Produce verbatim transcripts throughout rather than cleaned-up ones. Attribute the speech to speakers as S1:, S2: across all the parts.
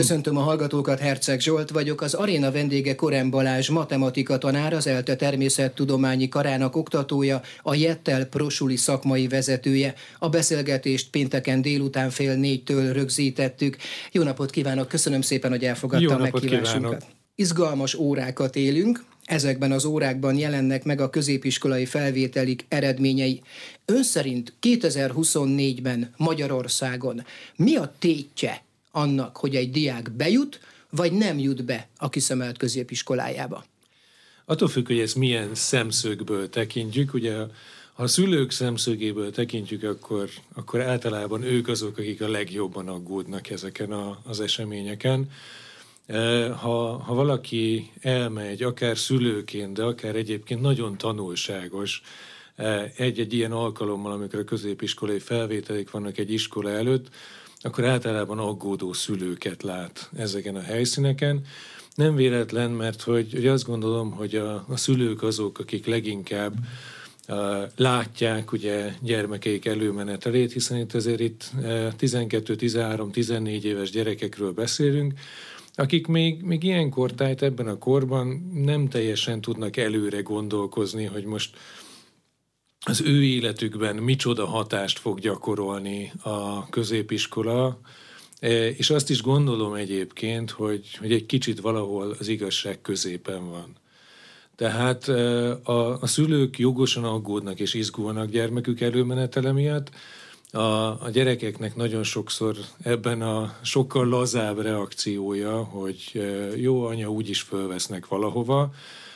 S1: Köszöntöm a hallgatókat, Herceg Zsolt vagyok, az aréna vendége Korem Balázs, matematika tanár, az ELTE természettudományi karának oktatója, a Jettel prosuli szakmai vezetője. A beszélgetést pénteken délután fél négytől rögzítettük. Jó napot kívánok, köszönöm szépen, hogy elfogadta a meghívásunkat. Izgalmas órákat élünk, ezekben az órákban jelennek meg a középiskolai felvételik eredményei. Ön szerint kétezer-huszonnégyben Magyarországon mi a tétje annak, hogy egy diák bejut, vagy nem jut be a kiszemelt középiskolájába?
S2: Attól függ, hogy ezt milyen szemszögből tekintjük. Ugye, ha a szülők szemszögéből tekintjük, akkor, akkor általában ők azok, akik a legjobban aggódnak ezeken a, az eseményeken. Ha, ha valaki elmegy, akár szülőként, de akár egyébként nagyon tanulságos egy-egy ilyen alkalommal, amikor a középiskolai felvételik vannak egy iskola előtt, akkor általában aggódó szülőket lát ezeken a helyszíneken. Nem véletlen, mert hogy, hogy azt gondolom, hogy a, a szülők azok, akik leginkább uh, látják ugye gyermekeik előmenetelét, hiszen itt azért itt uh, tizenkettő, tizenhárom, tizennégy éves gyerekekről beszélünk, akik még, még ilyen kortájt ebben a korban nem teljesen tudnak előre gondolkozni, hogy most az ő életükben micsoda hatást fog gyakorolni a középiskola, és azt is gondolom egyébként, hogy, hogy egy kicsit valahol az igazság középen van. Tehát a, a szülők jogosan aggódnak és izgulnak gyermekük előmenetele miatt. A, a gyerekeknek nagyon sokszor ebben a sokkal lazább reakciója, hogy jó, anya, úgyis fölvesznek valahova,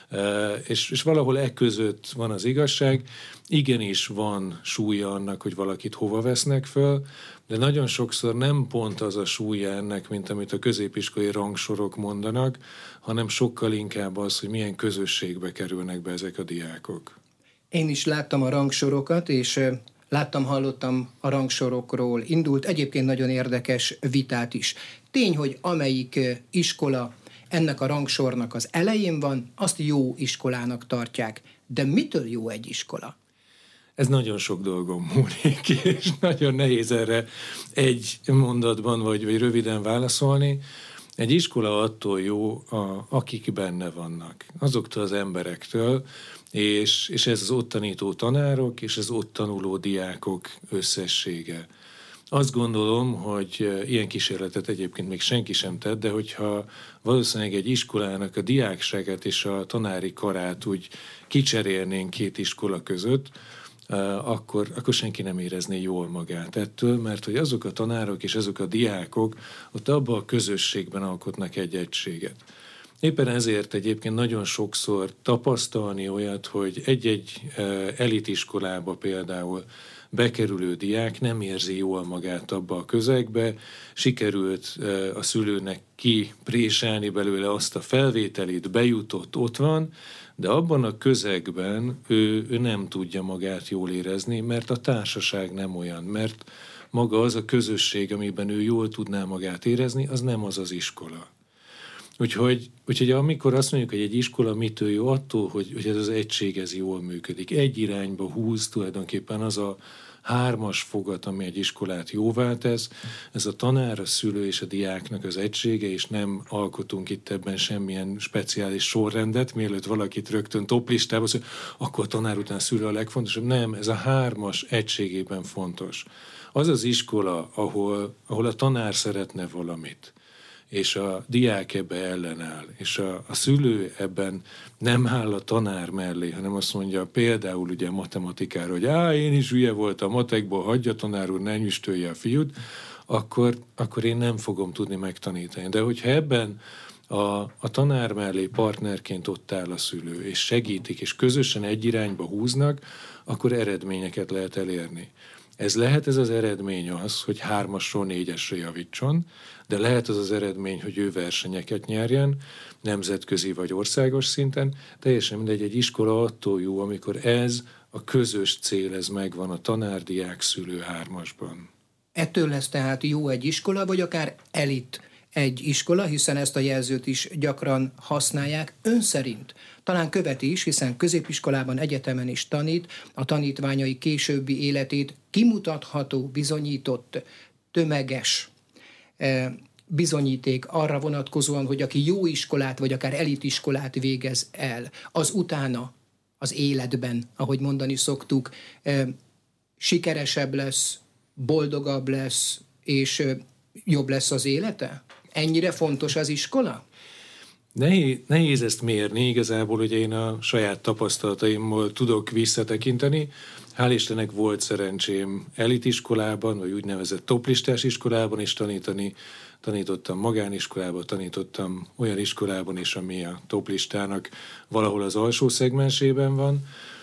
S2: és, és valahol e között van az igazság. Igenis van súlya annak, hogy valakit hova vesznek föl, de nagyon sokszor nem pont az a súlya ennek, mint amit a középiskolai rangsorok mondanak, hanem sokkal inkább az, hogy milyen közösségbe kerülnek be ezek a diákok.
S1: Én is láttam a rangsorokat, és láttam, hallottam a rangsorokról. Indult egyébként nagyon érdekes vitát is. Tény, hogy amelyik iskola ennek a rangsornak az elején van, azt jó iskolának tartják. De mitől jó egy iskola?
S2: Ez nagyon sok dolgon múlik, és nagyon nehéz erre egy mondatban vagy, vagy röviden válaszolni. Egy iskola attól jó, a, akik benne vannak, azoktól az emberektől, és, és ez az ott tanító tanárok, és az ott tanuló diákok összessége. Azt gondolom, hogy ilyen kísérletet egyébként még senki sem tett, de hogyha valószínűleg egy iskolának a diákságát és a tanári karát úgy kicserélnénk két iskola között, akkor, akkor senki nem érezné jól magát ettől, mert hogy azok a tanárok és azok a diákok ott abban a közösségben alkotnak egy egységet. Éppen ezért egyébként nagyon sokszor tapasztalni olyat, hogy egy-egy elitiskolába például bekerülő diák nem érzi jól magát abba a közegbe, sikerült a szülőnek kipréselni belőle azt a felvételit, bejutott, ott van, de abban a közegben ő, ő nem tudja magát jól érezni, mert a társaság nem olyan, mert maga az a közösség, amiben ő jól tudná magát érezni, az nem az az iskola. Úgyhogy, úgyhogy amikor azt mondjuk, hogy egy iskola mitől jó, attól, hogy, hogy ez az egység ez jól működik. Egy irányba húz tulajdonképpen az a hármas fogat, ami egy iskolát jóvá tesz, ez a tanár, a szülő és a diáknak az egysége, és nem alkotunk itt ebben semmilyen speciális sorrendet, mielőtt valakit rögtön toplistába, hogy akkor a tanár után szülő a legfontosabb. Nem, ez a hármas egységében fontos. Az az iskola, ahol, ahol a tanár szeretne valamit, és a diák ebbe ellenáll, és a, a szülő ebben nem áll a tanár mellé, hanem azt mondja például ugye matematikára, hogy á, én is hülye voltam matekból, hagyja tanár úr, ne nyüstölje a fiút, akkor, akkor én nem fogom tudni megtanítani. De hogyha ebben a, a tanár mellé partnerként ott áll a szülő, és segítik, és közösen egy irányba húznak, akkor eredményeket lehet elérni. Ez lehet ez az eredmény az, hogy hármasról négyesre javítson, de lehet az az eredmény, hogy ő versenyeket nyerjen, nemzetközi vagy országos szinten, teljesen mindegy, egy iskola attól jó, amikor ez a közös cél, ez megvan a tanár-diák-szülő hármasban.
S1: Ettől lesz tehát jó egy iskola, vagy akár elit egy iskola, hiszen ezt a jelzőt is gyakran használják. Ön szerint talán követi is, hiszen középiskolában, egyetemen is tanít, a tanítványai későbbi életét kimutatható, bizonyított, tömeges bizonyíték arra vonatkozóan, hogy aki jó iskolát, vagy akár elitiskolát végez el, az utána az életben, ahogy mondani szoktuk, sikeresebb lesz, boldogabb lesz, és jobb lesz az élete? Ennyire fontos az iskola?
S2: Nehéz, nehéz ezt mérni, igazából ugye én a saját tapasztalataimmal tudok visszatekinteni. Hál' Istennek volt szerencsém elitiskolában, vagy úgynevezett toplistás iskolában is tanítani. Tanítottam magániskolában, tanítottam olyan iskolában is, ami a toplistának valahol az alsó szegmensében van,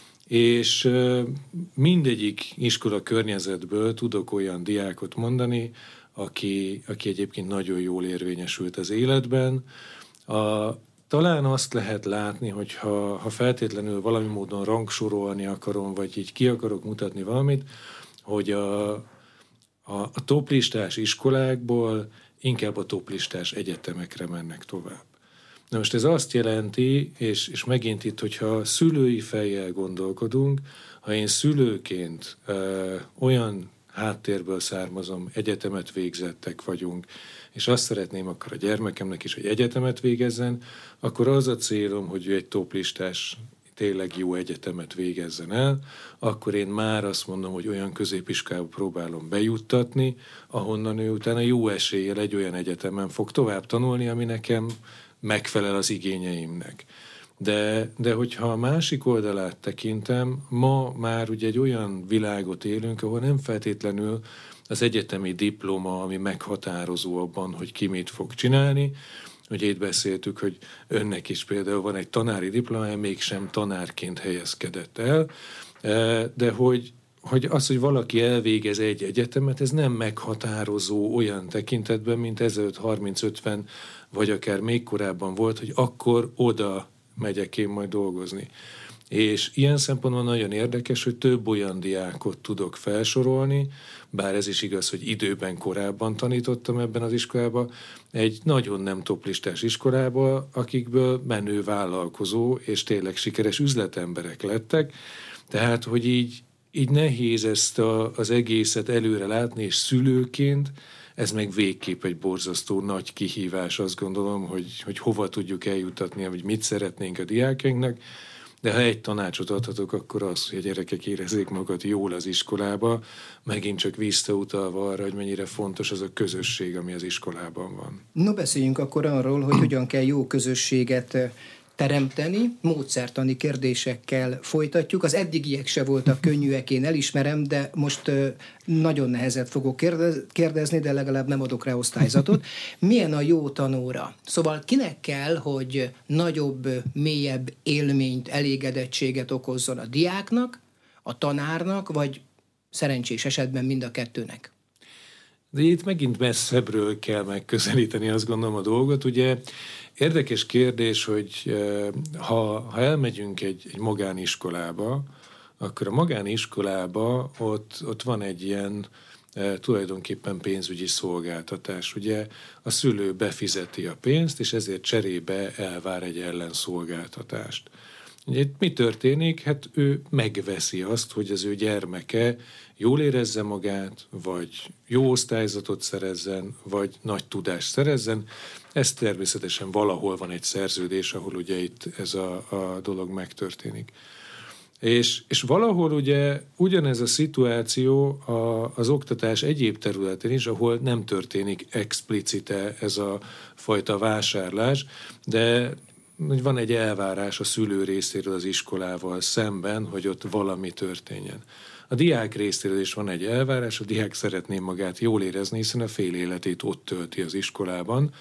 S2: és mindegyik iskola környezetből tudok olyan diákot mondani, aki, aki egyébként nagyon jól érvényesült az életben. A, talán azt lehet látni, hogy ha, ha feltétlenül valami módon rangsorolni akarom, vagy így ki akarok mutatni valamit, hogy a, a, a toplistás iskolákból inkább a toplistás egyetemekre mennek tovább. Na most ez azt jelenti, és, és megint itt, hogyha szülői fejjel gondolkodunk, ha én szülőként ö, olyan háttérből származom, egyetemet végzettek vagyunk, és azt szeretném akkor a gyermekemnek is, hogy egyetemet végezzen, akkor az a célom, hogy ő egy toplistás, tényleg jó egyetemet végezzen el, akkor én már azt mondom, hogy olyan középiskolába próbálom bejuttatni, ahonnan ő utána jó eséllyel egy olyan egyetemen fog tovább tanulni, ami nekem megfelel az igényeimnek. De, de hogyha a másik oldalát tekintem, ma már ugye egy olyan világot élünk, ahol nem feltétlenül az egyetemi diploma, ami meghatározó abban, hogy ki mit fog csinálni. Ugye itt beszéltük, hogy önnek is például van egy tanári diplomája, mégsem tanárként helyezkedett el, de hogy, hogy az, hogy valaki elvégez egy egyetemet, ez nem meghatározó olyan tekintetben, mint ezelőtt harminc-ötven, vagy akár még korábban volt, hogy akkor oda megyek én majd dolgozni. És ilyen szempontból nagyon érdekes, hogy több olyan diákot tudok felsorolni, bár ez is igaz, hogy időben korábban tanítottam ebben az iskolában, egy nagyon nem toplistás iskolába, akikből menő vállalkozó és tényleg sikeres üzletemberek lettek. Tehát, hogy így, így nehéz ezt a, az egészet előre látni, és szülőként ez meg végképp egy borzasztó nagy kihívás, azt gondolom, hogy, hogy hova tudjuk eljutatni, vagy mit szeretnénk a diákainknak. De ha egy tanácsot adhatok, akkor az, hogy a gyerekek érezzék magukat jól az iskolába, megint csak visszautalva arra, hogy mennyire fontos az a közösség, ami az iskolában van.
S1: No, beszéljünk akkor arról, hogy hogyan kell jó közösséget teremteni, módszertani kérdésekkel folytatjuk. Az eddigiek se voltak könnyűek, én elismerem, de most nagyon nehezet fogok kérdezni, de legalább nem adok rá osztályzatot. Milyen a jó tanóra? Szóval kinek kell, hogy nagyobb, mélyebb élményt, elégedettséget okozzon a diáknak, a tanárnak, vagy szerencsés esetben mind a kettőnek?
S2: De itt megint messzebbről kell megközelíteni, azt gondolom, a dolgot. Ugye érdekes kérdés, hogy ha, ha elmegyünk egy, egy magániskolába, akkor a magániskolába ott, ott van egy ilyen e, tulajdonképpen pénzügyi szolgáltatás. Ugye a szülő befizeti a pénzt, és ezért cserébe elvár egy ellenszolgáltatást. Ugye itt mi történik? Hát ő megveszi azt, hogy az ő gyermeke jól érezze magát, vagy jó osztályzatot szerezzen, vagy nagy tudást szerezzen. Ez természetesen valahol van egy szerződés, ahol ugye itt ez a, a dolog megtörténik. És, és valahol ugye ugyanez a szituáció a, az oktatás egyéb területén is, ahol nem történik explicite ez a fajta vásárlás, de hogy van egy elvárás a szülő részéről az iskolával szemben, hogy ott valami történjen. A diák részéről is van egy elvárás, a diák szeretné magát jól érezni, hiszen a fél életét ott tölti az iskolában.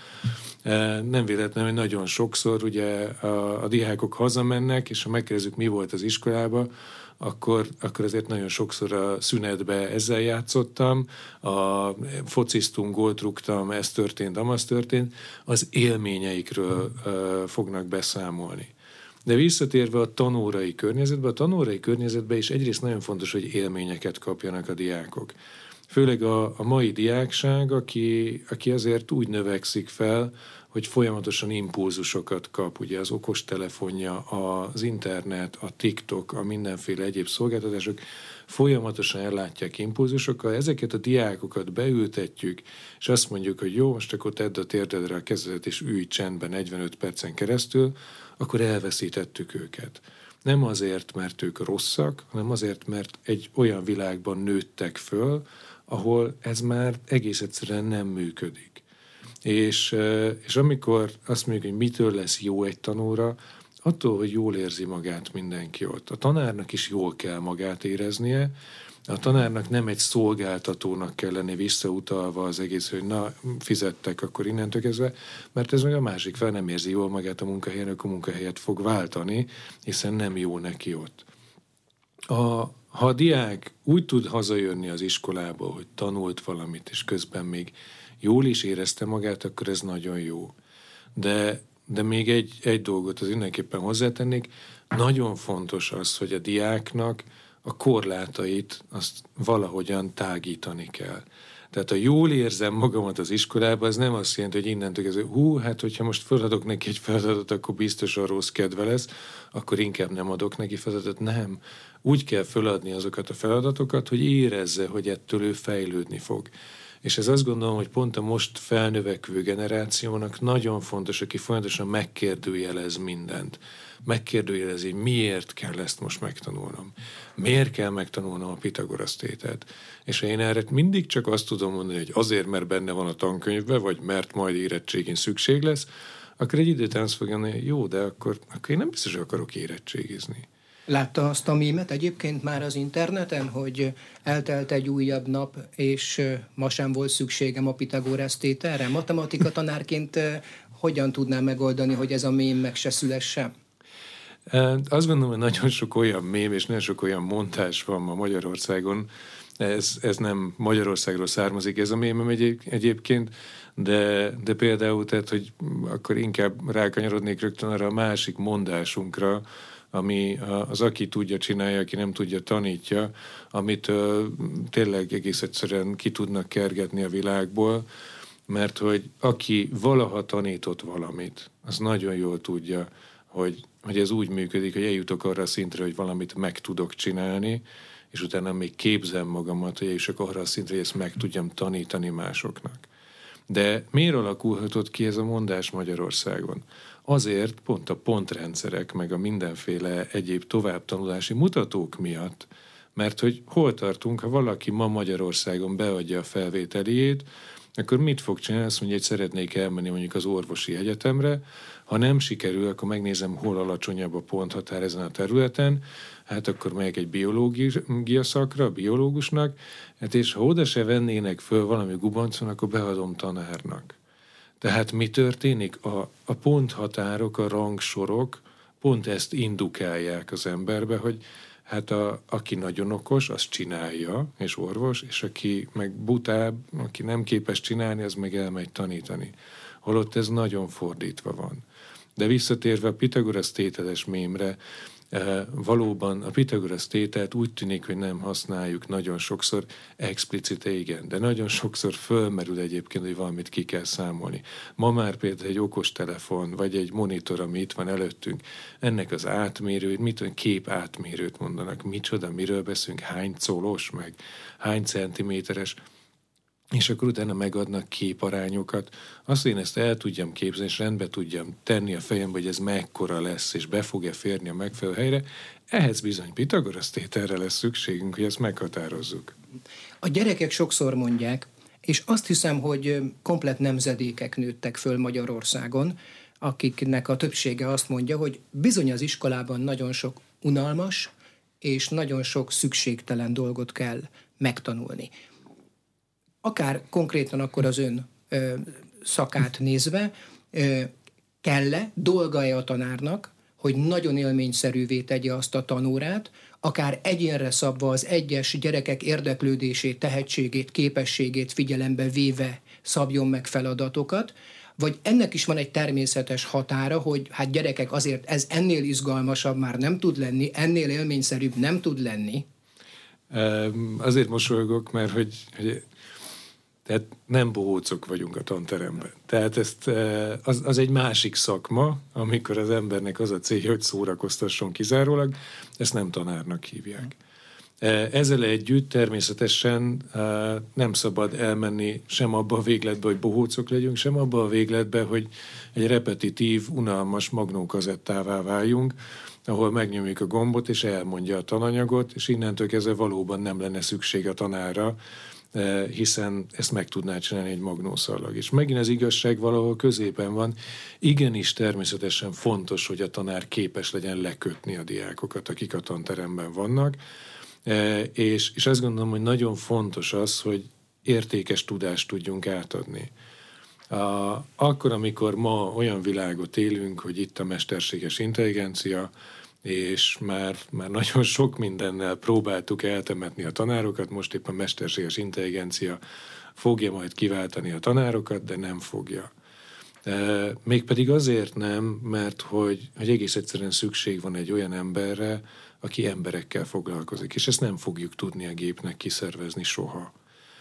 S2: Nem véletlen, hogy nagyon sokszor ugye a, a diákok hazamennek, és ha megkérdezzük, mi volt az iskolában, akkor, akkor azért nagyon sokszor a szünetbe ezzel játszottam, a fociztunk, gólt rúgtam, ez történt, amaz történt, az élményeikről uh, fognak beszámolni. De visszatérve a tanórai környezetbe, a tanórai környezetben is egyrészt nagyon fontos, hogy élményeket kapjanak a diákok. Főleg a, a mai diákság, aki, aki azért úgy növekszik fel, hogy folyamatosan impulzusokat kap, ugye az okostelefonja, az internet, a TikTok, a mindenféle egyéb szolgáltatások folyamatosan ellátják impulzusokkal, ezeket a diákokat beültetjük, és azt mondjuk, hogy jó, most akkor tedd a térdedre a kezedet, és ülj csendben negyvenöt percen keresztül, akkor elveszítettük őket. Nem azért, mert ők rosszak, hanem azért, mert egy olyan világban nőttek föl, ahol ez már egész egyszerűen nem működik. És, és amikor azt mondjuk, hogy mitől lesz jó egy tanóra, attól, hogy jól érzi magát mindenki ott. A tanárnak is jól kell magát éreznie, a tanárnak nem egy szolgáltatónak kell lenni visszautalva az egész, hogy na, fizettek, akkor innentől kezdve, mert ez meg a másik fel nem érzi jól magát a munkahelyen, akkor a munkahelyet fog váltani, hiszen nem jó neki ott. A, ha a diák úgy tud hazajönni az iskolából, hogy tanult valamit, és közben még jól is érezte magát, akkor ez nagyon jó. De, de még egy, egy dolgot az mindenképpen hozzátennék, nagyon fontos az, hogy a diáknak a korlátait azt valahogyan tágítani kell. Tehát ha jól érzem magamat az iskolában, az nem azt jelenti, hogy innentől kezdve, hú, hát hogyha most feladok neki egy feladatot, akkor biztosan rossz kedve lesz, akkor inkább nem adok neki feladatot. Nem. Úgy kell feladni azokat a feladatokat, hogy érezze, hogy ettől ő fejlődni fog. És ez azt gondolom, hogy pont a most felnövekvő generációnak nagyon fontos, aki folyamatosan megkérdőjelez mindent. Megkérdőjelezi, miért kell ezt most megtanulnom. Miért kell megtanulnom a Pitagorasz tételt. És én erre mindig csak azt tudom mondani, hogy azért, mert benne van a tankönyvben, vagy mert majd érettségén szükség lesz, akkor egy idő után azt fogja mondani, hogy jó, de akkor, akkor én nem biztos, hogy akarok érettségizni.
S1: Látta azt a mémet egyébként már az interneten, hogy eltelt egy újabb nap, és ma sem volt szükségem a Pitagorasz tételre? Matematika tanárként hogyan tudnám megoldani, hogy ez a mém meg se szülessen?
S2: Azt gondolom, hogy nagyon sok olyan mém és nagyon sok olyan montás van ma Magyarországon. Ez, ez nem Magyarországról származik ez a mémem egyéb, egyébként, de, de például, tehát, hogy akkor inkább rákanyarodnék rögtön arra a másik mondásunkra, ami az aki tudja csinálja, aki nem tudja tanítja, amit uh, tényleg egész egyszerűen ki tudnak kergetni a világból, mert hogy aki valaha tanított valamit, az nagyon jól tudja, hogy, hogy ez úgy működik, hogy eljutok arra a szintre, hogy valamit meg tudok csinálni, és utána még képzem magamat, hogy eljussak arra a szintre, hogy ezt meg tudjam tanítani másoknak. De miért alakulhatott ki ez a mondás Magyarországon? Azért pont a pontrendszerek, meg a mindenféle egyéb továbbtanulási mutatók miatt, mert hogy hol tartunk, ha valaki ma Magyarországon beadja a felvételiét, akkor mit fog csinálni? Azt mondja, hogy szeretnék elmenni mondjuk az orvosi egyetemre, ha nem sikerül, akkor megnézem, hol alacsonyabb a ponthatár ezen a területen, hát akkor megyek egy biológia szakra, biológusnak, hát és ha oda se vennének föl valami gubancon, akkor beadom tanárnak. Tehát mi történik? A, a ponthatárok, a rangsorok pont ezt indukálják az emberbe, hogy hát a, aki nagyon okos, az csinálja, és orvos, és aki meg butább, aki nem képes csinálni, az meg elmegy tanítani. Holott ez nagyon fordítva van. De visszatérve a Pitagorasz tételes mémre, valóban a Pitagorasz tételt úgy tűnik, hogy nem használjuk nagyon sokszor, explicite igen, de nagyon sokszor fölmerül egyébként, hogy valamit ki kell számolni. Ma már például egy okostelefon, vagy egy monitor, ami itt van előttünk, ennek az átmérőt, mit olyan kép átmérőt mondanak, micsoda, miről beszélünk, hány colos, meg hány centiméteres, és akkor utána megadnak képarányokat. Azt, hogy én ezt el tudjam képzelni, és rendbe tudjam tenni a fejembe, hogy ez mekkora lesz, és be fog-e férni a megfelelő helyre, ehhez bizony Pitagorasz tételre lesz szükségünk, hogy ezt meghatározzuk.
S1: A gyerekek sokszor mondják, és azt hiszem, hogy komplett nemzedékek nőttek föl Magyarországon, akiknek a többsége azt mondja, hogy bizony az iskolában nagyon sok unalmas, és nagyon sok szükségtelen dolgot kell megtanulni. Akár konkrétan akkor az ön ö, szakát nézve, ö, kell-e, dolga-e a tanárnak, hogy nagyon élményszerűvé tegye azt a tanórát, akár egyénre szabva az egyes gyerekek érdeklődését, tehetségét, képességét figyelembe véve szabjon meg feladatokat, vagy ennek is van egy természetes határa, hogy hát gyerekek, azért ez ennél izgalmasabb már nem tud lenni, ennél élményszerűbb nem tud lenni?
S2: Azért mosolygok, mert hogy, hogy tehát nem bohócok vagyunk a tanteremben. Tehát ezt, az, az egy másik szakma, amikor az embernek az a célja, hogy szórakoztasson kizárólag, ezt nem tanárnak hívják. Ezzel együtt természetesen nem szabad elmenni sem abba a végletbe, hogy bohócok legyünk, sem abba a végletbe, hogy egy repetitív, unalmas magnókazettává váljunk, ahol megnyomjuk a gombot, és elmondja a tananyagot, és innentől kezdve valóban nem lenne szükség a tanárra, hiszen ezt meg tudná csinálni egy magnószallag. És megint az igazság valahol középen van. Igenis természetesen fontos, hogy a tanár képes legyen lekötni a diákokat, akik a tanteremben vannak, és, és azt gondolom, hogy nagyon fontos az, hogy értékes tudást tudjunk átadni. A, akkor, amikor ma olyan világot élünk, hogy itt a mesterséges intelligencia, és már, már nagyon sok mindennel próbáltuk eltemetni a tanárokat, most épp a mesterséges intelligencia fogja majd kiváltani a tanárokat, de nem fogja. E, mégpedig azért nem, mert hogy, hogy egész egyszerűen szükség van egy olyan emberre, aki emberekkel foglalkozik, és ezt nem fogjuk tudni a gépnek kiszervezni soha.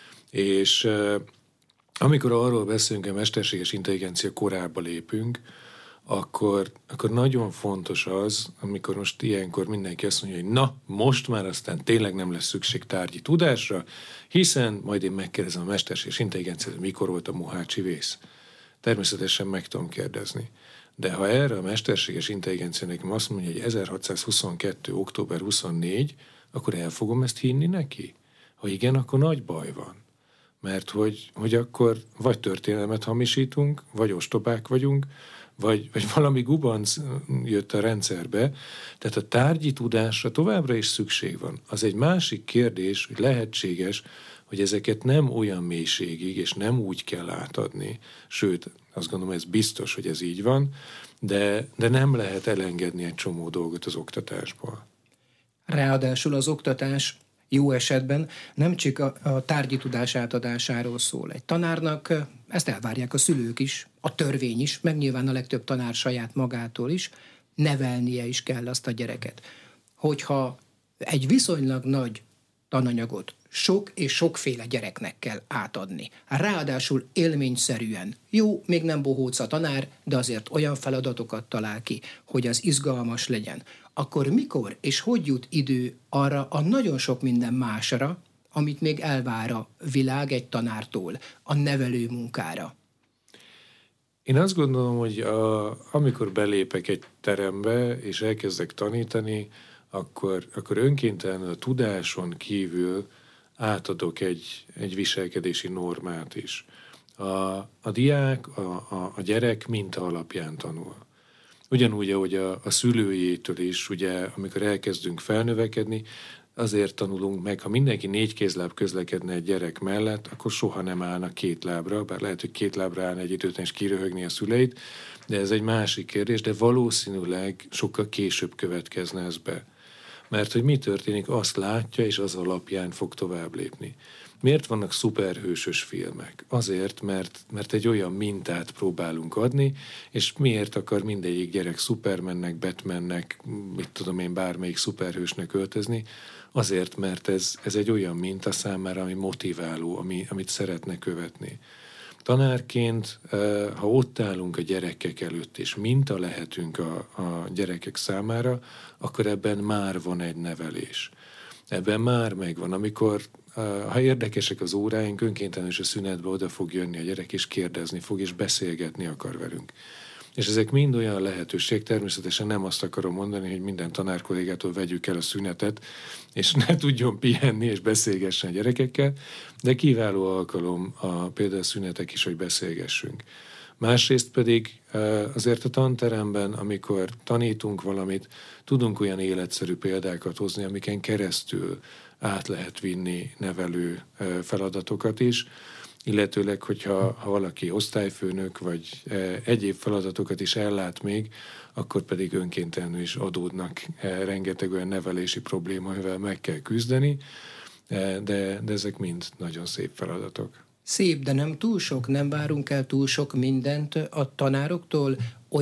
S2: És e, amikor arról beszélünk, hogy a mesterséges intelligencia korába lépünk, Akkor, akkor nagyon fontos az, amikor most ilyenkor mindenki azt mondja, hogy na, most már aztán tényleg nem lesz szükség tárgyi tudásra, hiszen majd én megkérdezem a mesterséges intelligenciát, hogy mikor volt a mohácsi vész. Természetesen meg tudom kérdezni. De ha erre a mesterséges intelligencia nekem azt mondja, hogy ezerhatszázhuszonkettő. október huszonnégy, akkor el fogom ezt hinni neki? Ha igen, akkor nagy baj van. Mert hogy, hogy akkor vagy történelmet hamisítunk, vagy ostobák vagyunk, Vagy, vagy valami gubanc jött a rendszerbe, tehát a tárgyi tudásra továbbra is szükség van. Az egy másik kérdés, hogy lehetséges, hogy ezeket nem olyan mélységig, és nem úgy kell átadni, sőt, azt gondolom, ez biztos, hogy ez így van, de, de nem lehet elengedni egy csomó dolgot az oktatásból.
S1: Ráadásul az oktatás jó esetben nem csak a, a tárgyi tudás átadásáról szól. Egy tanárnak ezt elvárják a szülők is, a törvény is, meg nyilván a legtöbb tanár saját magától is, nevelnie is kell azt a gyereket. Hogyha egy viszonylag nagy tananyagot sok és sokféle gyereknek kell átadni, ráadásul élményszerűen, jó, még nem bohóc a tanár, de azért olyan feladatokat talál ki, hogy az izgalmas legyen, akkor mikor és hogy jut idő arra a nagyon sok minden másra, amit még elvár a világ egy tanártól, a nevelő munkára?
S2: Én azt gondolom, hogy a, amikor belépek egy terembe, és elkezdek tanítani, akkor, akkor önkéntelen a tudáson kívül átadok egy, egy viselkedési normát is. A, a diák, a, a, a gyerek minta alapján tanul. Ugyanúgy, ahogy a, a szülőjétől is, ugye, amikor elkezdünk felnövekedni, azért tanulunk meg, ha mindenki négy kézláb közlekedne egy gyerek mellett, akkor soha nem állna két lábra, bár lehet, hogy két lábra állna egy időt, és kiröhögni a szüleit, de ez egy másik kérdés, de valószínűleg sokkal később következne ez be. Mert hogy mi történik, azt látja, és az alapján fog tovább lépni. Miért vannak szuperhősös filmek? Azért, mert, mert egy olyan mintát próbálunk adni, és miért akar mindegyik gyerek Supermannek, Batmannek, mit tudom én, bármelyik szuperhősnek öltözni? Azért, mert ez, ez egy olyan minta számára, ami motiváló, ami, amit szeretne követni. Tanárként, ha ott állunk a gyerekek előtt, és minta lehetünk a, a gyerekek számára, akkor ebben már van egy nevelés. Ebben már megvan. Amikor, ha érdekesek az óráink, önkéntelen a szünetbe oda fog jönni a gyerek, és kérdezni fog, és beszélgetni akar velünk. És ezek mind olyan lehetőség, természetesen nem azt akarom mondani, hogy minden tanárkollégától vegyük el a szünetet, és ne tudjon pihenni és beszélgessen a gyerekekkel, de kiváló alkalom a, például a szünetek is, hogy beszélgessünk. Másrészt pedig azért a tanteremben, amikor tanítunk valamit, tudunk olyan életszerű példákat hozni, amiken keresztül át lehet vinni nevelő feladatokat is, illetőleg, hogyha ha valaki osztályfőnök, vagy egyéb feladatokat is ellát még, akkor pedig önkéntelenül is adódnak rengeteg olyan nevelési probléma, amivel meg kell küzdeni, de, de ezek mind nagyon szép feladatok.
S1: Szép, de nem túl sok, nem várunk el túl sok mindent a tanároktól,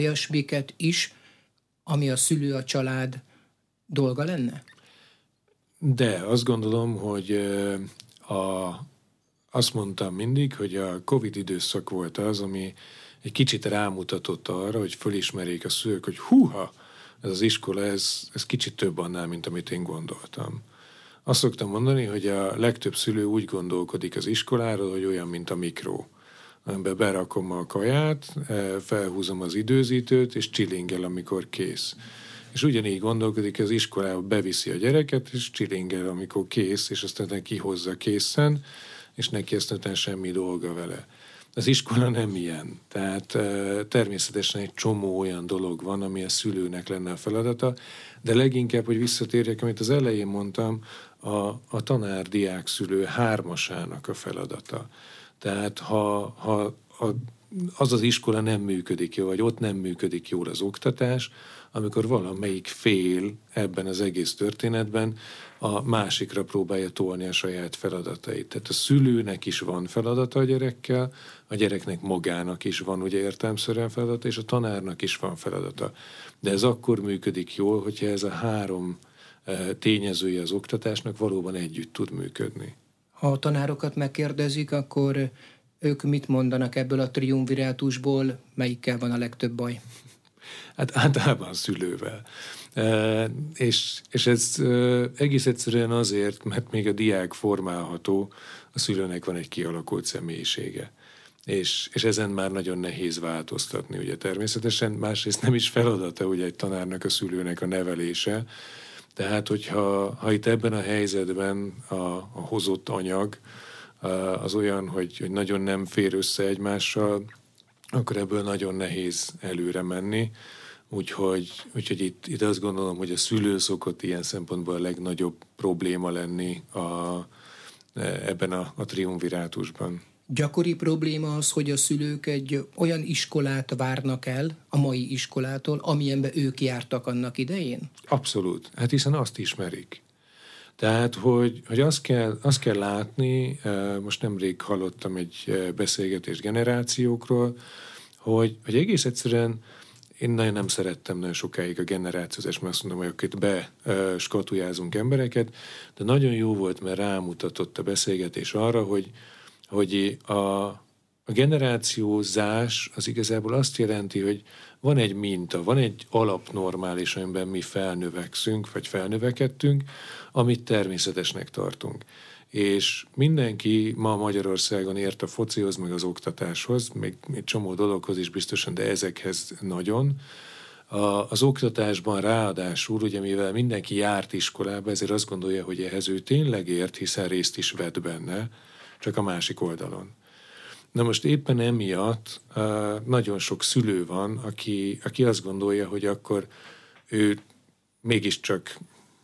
S1: olyasmiket is, ami a szülő, a család dolga lenne?
S2: De azt gondolom, hogy a, azt mondtam mindig, hogy a Covid időszak volt az, ami egy kicsit rámutatott arra, hogy fölismerjék a szülők, hogy húha, ez az iskola, ez, ez kicsit több annál, mint amit én gondoltam. Azt szoktam mondani, hogy a legtöbb szülő úgy gondolkodik az iskoláról, hogy olyan, mint a mikró, amiben berakom a kaját, felhúzom az időzítőt, és csilingel, amikor kész. És ugyanígy gondolkodik, az iskolába beviszi a gyereket, és csilingel, amikor kész, és aztán kihozza készen, és neki aztán semmi dolga vele. Az iskola nem ilyen. Tehát természetesen egy csomó olyan dolog van, ami a szülőnek lenne a feladata, de leginkább, hogy visszatérjek, amit az elején mondtam, a, a tanár-diák-szülő hármasának a feladata. Tehát ha, ha a, az az iskola nem működik jól, vagy ott nem működik jól az oktatás, amikor valamelyik fél ebben az egész történetben a másikra próbálja tolni a saját feladatait. Tehát a szülőnek is van feladata a gyerekkel, a gyereknek magának is van ugye értelemszerűen feladata, és a tanárnak is van feladata. De ez akkor működik jól, hogyha ez a három tényezője az oktatásnak valóban együtt tud működni.
S1: Ha a tanárokat megkérdezik, akkor ők mit mondanak ebből a triumvirátusból, melyikkel van a legtöbb baj?
S2: Hát általában szülővel. E, és, és ez e, egész egyszerűen azért, mert még a diák formálható, a szülőnek van egy kialakult személyisége. És, és ezen már nagyon nehéz változtatni, ugye természetesen, másrészt nem is feladata ugye egy tanárnak, a szülőnek a nevelése. Tehát, hogyha ha itt ebben a helyzetben a, a hozott anyag az olyan, hogy, hogy nagyon nem fér össze egymással, akkor ebből nagyon nehéz előre menni. Úgyhogy, úgyhogy itt, itt azt gondolom, hogy a szülő szokott ilyen szempontból a legnagyobb probléma lenni a, ebben a, a triumvirátusban.
S1: Gyakori probléma az, hogy a szülők egy olyan iskolát várnak el a mai iskolától, amilyenbe ők jártak annak idején?
S2: Abszolút. Hát hiszen azt ismerik. Tehát, hogy, hogy azt, kell, azt kell látni, most nemrég hallottam egy beszélgetést generációkról, hogy, hogy egész egyszerűen én nagyon nem szerettem nagyon sokáig a generációzást, mert azt mondom, hogy itt beskatujázunk embereket, de nagyon jó volt, mert rámutatott a beszélgetés arra, hogy, hogy a, a generációzás az igazából azt jelenti, hogy van egy minta, van egy alapnormális, amiben mi felnövekszünk, vagy felnövekedtünk, amit természetesnek tartunk. És mindenki ma Magyarországon ért a focihoz, meg az oktatáshoz, még egy csomó dologhoz is biztosan, de ezekhez nagyon. A, az oktatásban ráadásul, ugye mivel mindenki járt iskolába, ezért azt gondolja, hogy ehhez ő tényleg ért, hiszen részt is vett benne, csak a másik oldalon. Na most éppen emiatt nagyon sok szülő van, aki, aki azt gondolja, hogy akkor ő mégiscsak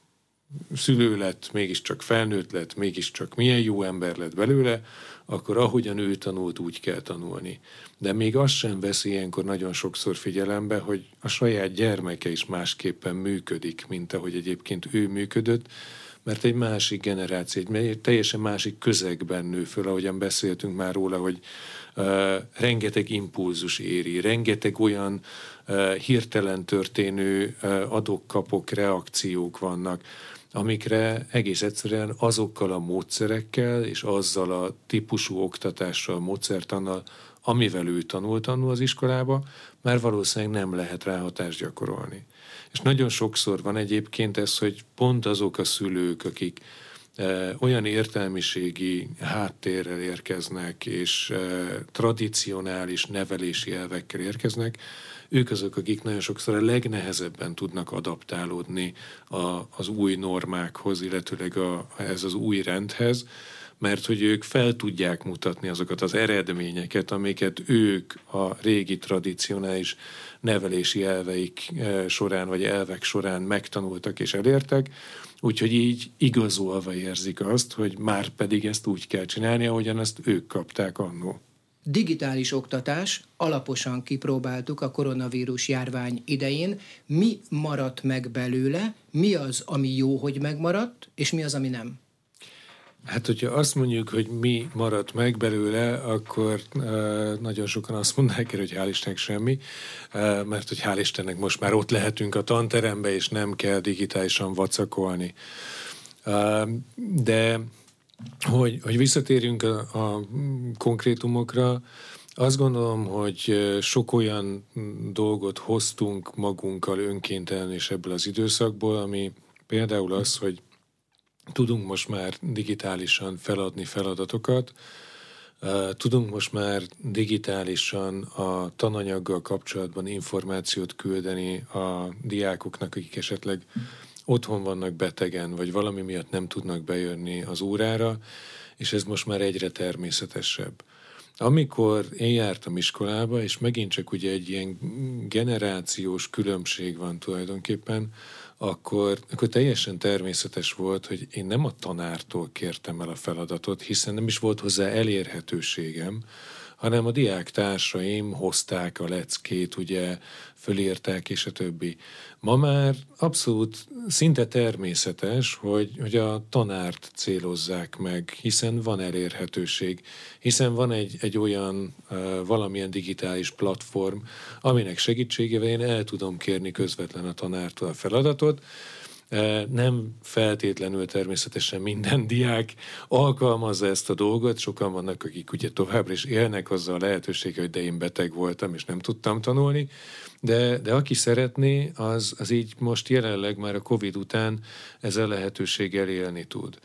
S2: szülő lett, mégiscsak felnőtt lett, mégiscsak milyen jó ember lett belőle, akkor ahogyan ő tanult, úgy kell tanulni. De még azt sem veszi ilyenkor nagyon sokszor figyelembe, hogy a saját gyermeke is másképpen működik, mint ahogy egyébként ő működött, mert egy másik generáció, egy teljesen másik közegben nő föl, ahogyan beszéltünk már róla, hogy uh, rengeteg impulzus éri, rengeteg olyan uh, hirtelen történő uh, adok-kapok, reakciók vannak, amikre egész egyszerűen azokkal a módszerekkel és azzal a típusú oktatással, módszertannal, amivel ő tanult annól az iskolába, már valószínűleg nem lehet rá hatást gyakorolni. És nagyon sokszor van egyébként ez, hogy pont azok a szülők, akik e, olyan értelmiségi háttérrel érkeznek, és e, tradicionális nevelési elvekkel érkeznek, ők azok, akik nagyon sokszor a legnehezebben tudnak adaptálódni a, az új normákhoz, illetőleg a, ez az új rendhez, mert hogy ők fel tudják mutatni azokat az eredményeket, amiket ők a régi tradicionális nevelési elveik során, vagy elvek során megtanultak és elértek, úgyhogy így igazolva érzik azt, hogy már pedig ezt úgy kell csinálni, ahogyan ezt ők kapták annó.
S1: Digitális oktatás, alaposan kipróbáltuk a koronavírus járvány idején. Mi maradt meg belőle, mi az, ami jó, hogy megmaradt, és mi az, ami nem?
S2: Hát, hogyha azt mondjuk, hogy mi maradt meg belőle, akkor uh, nagyon sokan azt mondják el, hogy hál' Istennek semmi, uh, mert hogy hál' Istennek most már ott lehetünk a tanterembe, és nem kell digitálisan vacakolni. De hogy, hogy visszatérjünk a, a konkrétumokra, azt gondolom, hogy sok olyan dolgot hoztunk magunkkal önkéntelenül és ebből az időszakból, ami például az, hogy tudunk most már digitálisan feladni feladatokat, tudunk most már digitálisan a tananyaggal kapcsolatban információt küldeni a diákoknak, akik esetleg otthon vannak betegen, vagy valami miatt nem tudnak bejönni az órára, és ez most már egyre természetesebb. Amikor én jártam iskolába, és megint csak ugye egy ilyen generációs különbség van tulajdonképpen, akkor, akkor teljesen természetes volt, hogy én nem a tanártól kértem el a feladatot, hiszen nem is volt hozzá elérhetőségem, hanem a diáktársaim hozták a leckét, ugye, fölírták, és a többi. Ma már abszolút szinte természetes, hogy, hogy a tanárt célozzák meg, hiszen van elérhetőség, hiszen van egy, egy olyan uh, valamilyen digitális platform, aminek segítségével én el tudom kérni közvetlen a tanártól a feladatot. Nem feltétlenül természetesen minden diák alkalmazza ezt a dolgot, sokan vannak, akik ugye továbbra is élnek azzal a lehetőséggel, hogy de én beteg voltam, és nem tudtam tanulni, de, de aki szeretné, az, az így most jelenleg már a Covid után ezzel lehetőséggel élni tud.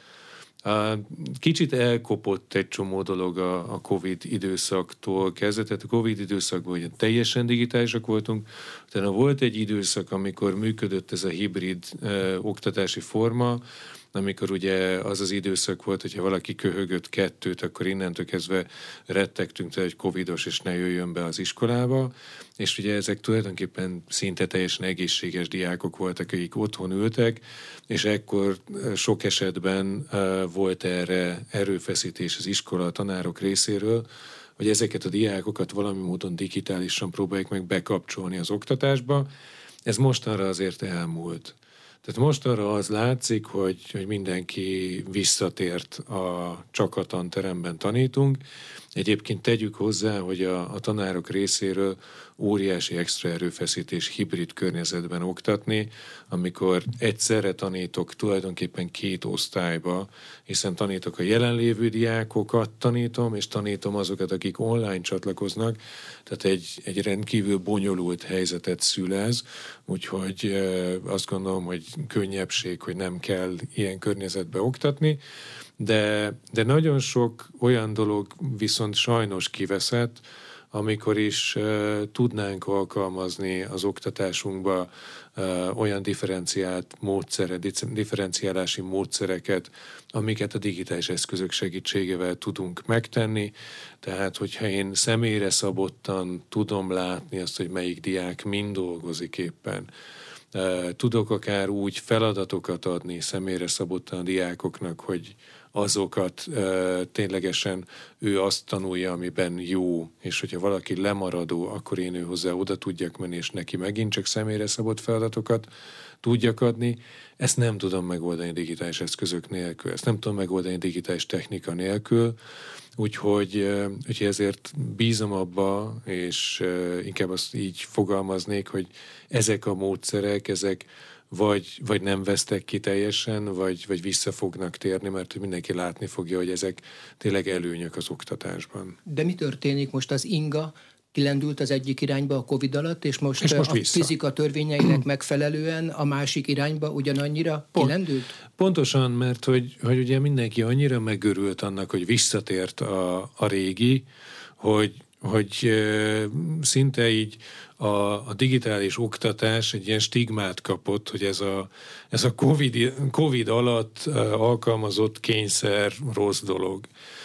S2: Kicsit elkopott egy csomó dolog a, a Covid időszaktól kezdve, tehát a Covid időszakban ugye teljesen digitálisak voltunk, utána volt egy időszak, amikor működött ez a hibrid ö, oktatási forma, amikor ugye az az időszak volt, hogyha valaki köhögött kettőt, akkor innentől kezdve rettegtünk tőle, hogy covidos, és ne jöjjön be az iskolába, és ugye ezek tulajdonképpen szinte teljesen egészséges diákok voltak, akik otthon ültek, és ekkor sok esetben uh, volt erre erőfeszítés az iskola, a tanárok részéről, hogy ezeket a diákokat valami módon digitálisan próbálják meg bekapcsolni az oktatásba. Ez mostanra azért elmúlt. Tehát most arra az látszik, hogy, hogy mindenki visszatért a csak a tanteremben tanítunk. Egyébként tegyük hozzá, hogy a, a tanárok részéről óriási extra erőfeszítés hibrid környezetben oktatni, amikor egyszerre tanítok tulajdonképpen két osztályba, hiszen tanítok a jelenlévő diákokat, tanítom, és tanítom azokat, akik online csatlakoznak, tehát egy, egy rendkívül bonyolult helyzetet szül ez, úgyhogy azt gondolom, hogy könnyebbség, hogy nem kell ilyen környezetbe oktatni, de, de nagyon sok olyan dolog viszont sajnos kiveszett, amikor is uh, tudnánk alkalmazni az oktatásunkba uh, olyan differenciált módszere, differenciálási módszereket, amiket a digitális eszközök segítségével tudunk megtenni. Tehát, hogyha én személyre szabottan tudom látni azt, hogy melyik diák mind dolgozik éppen, uh, tudok akár úgy feladatokat adni személyre szabottan a diákoknak, hogy azokat e, ténylegesen ő azt tanulja, amiben jó, és hogyha valaki lemaradó, akkor én ő hozzá oda tudjak menni, és neki megint csak személyre szabott feladatokat tudjak adni. Ezt nem tudom megoldani digitális eszközök nélkül, ezt nem tudom megoldani digitális technika nélkül, úgyhogy, e, úgyhogy ezért bízom abba, és e, inkább azt így fogalmaznék, hogy ezek a módszerek, ezek Vagy, vagy nem vesztek ki teljesen, vagy, vagy vissza fognak térni, mert mindenki látni fogja, hogy ezek tényleg előnyök az oktatásban.
S1: De mi történik most? Az inga kilendült az egyik irányba a Covid alatt, és most, és most a vissza. Fizika törvényeinek megfelelően a másik irányba ugyanannyira Pont, kilendült?
S2: Pontosan, mert hogy, hogy ugye mindenki annyira megörült annak, hogy visszatért a, a régi, hogy hogy e, szinte így a, a digitális oktatás egy ilyen stigmát kapott, hogy ez a, ez a COVID, COVID alatt alkalmazott kényszer rossz dolog.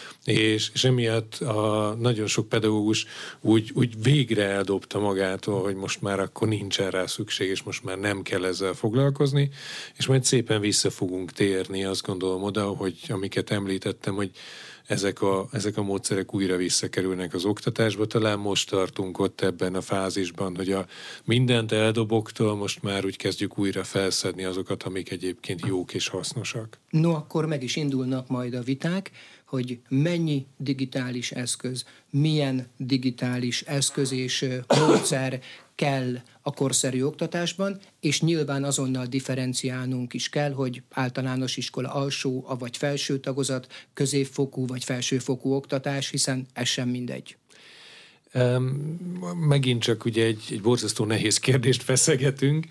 S2: És, és emiatt a nagyon sok pedagógus úgy, úgy végre eldobta magától, hogy most már akkor nincsen rá szükség, és most már nem kell ezzel foglalkozni, és majd szépen vissza fogunk térni, azt gondolom oda, hogy amiket említettem, hogy ezek a, ezek a módszerek újra visszakerülnek az oktatásba. Talán most tartunk ott ebben a fázisban, hogy a mindent eldoboktól most már úgy kezdjük újra felszedni azokat, amik egyébként jók és hasznosak.
S1: No, akkor meg is indulnak majd a viták, hogy mennyi digitális eszköz, milyen digitális eszköz és módszer kell a korszerű oktatásban, és nyilván azonnal differenciálnunk is kell, hogy általános iskola alsó, vagy felső tagozat, középfokú vagy felsőfokú oktatás, hiszen ez sem mindegy.
S2: Megint csak ugye egy, egy borzasztó nehéz kérdést feszegetünk,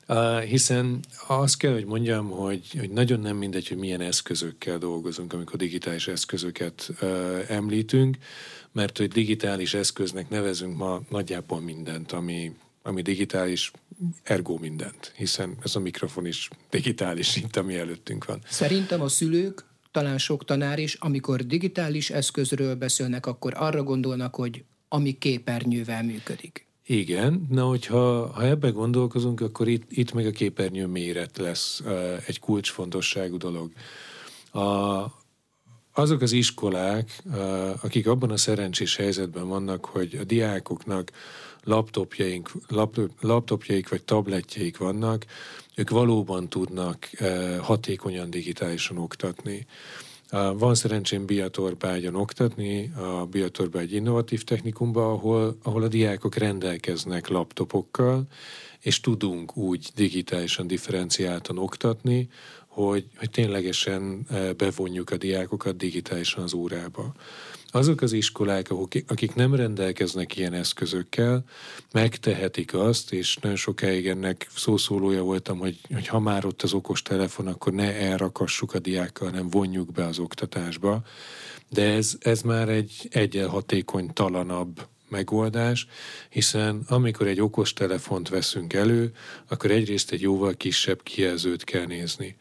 S2: hiszen azt kell, hogy mondjam, hogy, hogy nagyon nem mindegy, hogy milyen eszközökkel dolgozunk, amikor digitális eszközöket említünk, mert hogy digitális eszköznek nevezünk ma nagyjából mindent, ami, ami digitális, ergo mindent, hiszen ez a mikrofon is digitális, itt ami előttünk van.
S1: Szerintem a szülők, talán sok tanár is, amikor digitális eszközről beszélnek, akkor arra gondolnak, hogy ami képernyővel működik.
S2: Igen, na hogyha ha ebbe gondolkozunk, akkor itt, itt meg a képernyő méret lesz uh, egy kulcsfontosságú dolog. A, azok az iskolák, uh, akik abban a szerencsés helyzetben vannak, hogy a diákoknak laptopjaink, lap, laptopjaik vagy tabletjeik vannak, ők valóban tudnak uh, hatékonyan digitálisan oktatni. Van szerencsém Biatorbágyon oktatni, a Biatorbágy Innovatív Technikumban, ahol, ahol a diákok rendelkeznek laptopokkal, és tudunk úgy digitálisan differenciáltan oktatni, hogy, hogy ténylegesen bevonjuk a diákokat digitálisan az órába. Azok az iskolák, akik nem rendelkeznek ilyen eszközökkel, megtehetik azt, és nagyon sokáig ennek szószólója voltam, hogy, hogy ha már ott az okostelefon, akkor ne elrakassuk a diákkal, hanem vonjuk be az oktatásba. De ez, ez már egy egyen hatékonytalanabb megoldás, hiszen amikor egy okostelefont veszünk elő, akkor egyrészt egy jóval kisebb kijelzőt kell nézni.